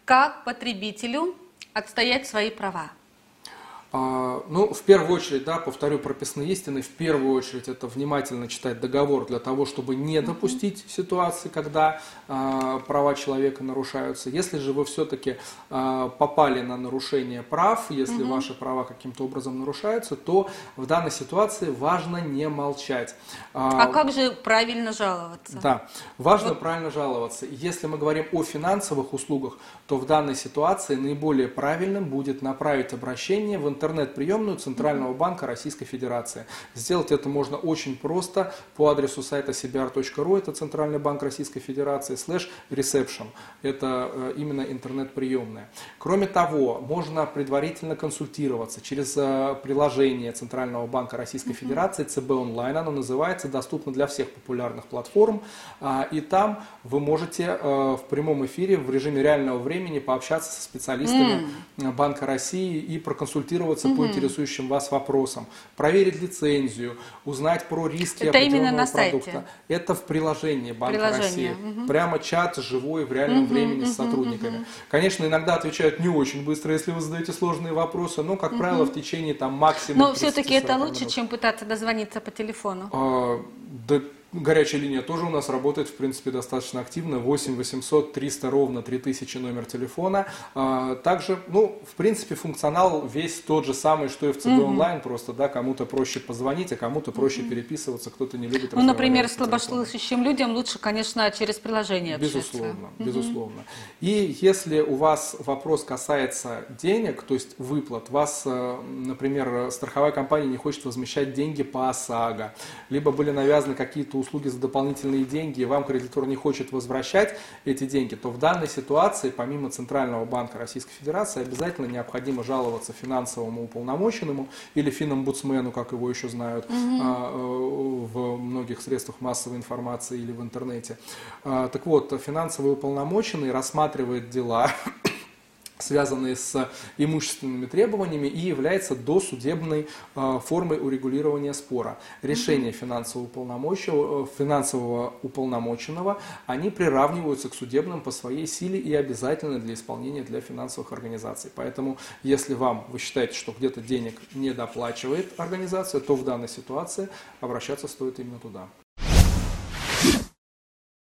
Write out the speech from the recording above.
Как потребителю отстоять свои права? Ну, в первую очередь, да, повторю прописные истины, в первую очередь это внимательно читать договор для того, чтобы не допустить ситуации, когда права человека нарушаются. Если же вы все-таки попали на нарушение прав, если ваши права каким-то образом нарушаются, то в данной ситуации важно не молчать. А как же правильно жаловаться? Да, важно правильно жаловаться. Если мы говорим о финансовых услугах, то в данной ситуации наиболее правильным будет направить обращение в интернет-приемную Центрального банка Российской Федерации. Сделать это можно очень просто по адресу сайта cbr.ru, это Центральный банк Российской Федерации, /reception, это именно интернет-приемная. Кроме того, можно предварительно консультироваться через приложение Центрального банка Российской Федерации ЦБ онлайн, оно называется, доступно для всех популярных платформ, и там вы можете в прямом эфире в режиме реального времени пообщаться со специалистами Банка России и проконсультироваться по интересующим вас вопросам, проверить лицензию, узнать про риски это определенного продукта. Это в приложении Банка России. Прямо чат живой в реальном времени с сотрудниками. Конечно, иногда отвечают не очень быстро, если вы задаете сложные вопросы, но, как правило, в течение там максимум. Но все-таки это лучше, чем пытаться дозвониться по телефону. Да, горячая линия тоже у нас работает, в принципе, достаточно активно. 8 800 300 ровно 3000 номер телефона. Также, ну, в принципе, функционал весь тот же самый, что и в ЦБ онлайн, просто, да, кому-то проще позвонить, а кому-то проще переписываться, кто-то не любит разговаривать. Ну, например, слабослышащим людям лучше, конечно, через приложение общаться. Безусловно, безусловно. И если у вас вопрос касается денег, то есть выплат, вас, например, страховая компания не хочет возмещать деньги по ОСАГО, либо были навязаны какие-то услуги за дополнительные деньги, и вам кредитор не хочет возвращать эти деньги, то в данной ситуации, помимо Центрального банка Российской Федерации, обязательно необходимо жаловаться финансовому уполномоченному или финомбудсмену, как его еще знают в многих средствах массовой информации или в интернете. Так вот, финансовый уполномоченный рассматривает дела, связанные с имущественными требованиями, и является досудебной формой урегулирования спора. Решения финансового уполномоченного, они приравниваются к судебным по своей силе и обязательны для исполнения для финансовых организаций. Поэтому, если вы считаете, что где-то денег не доплачивает организация, то в данной ситуации обращаться стоит именно туда.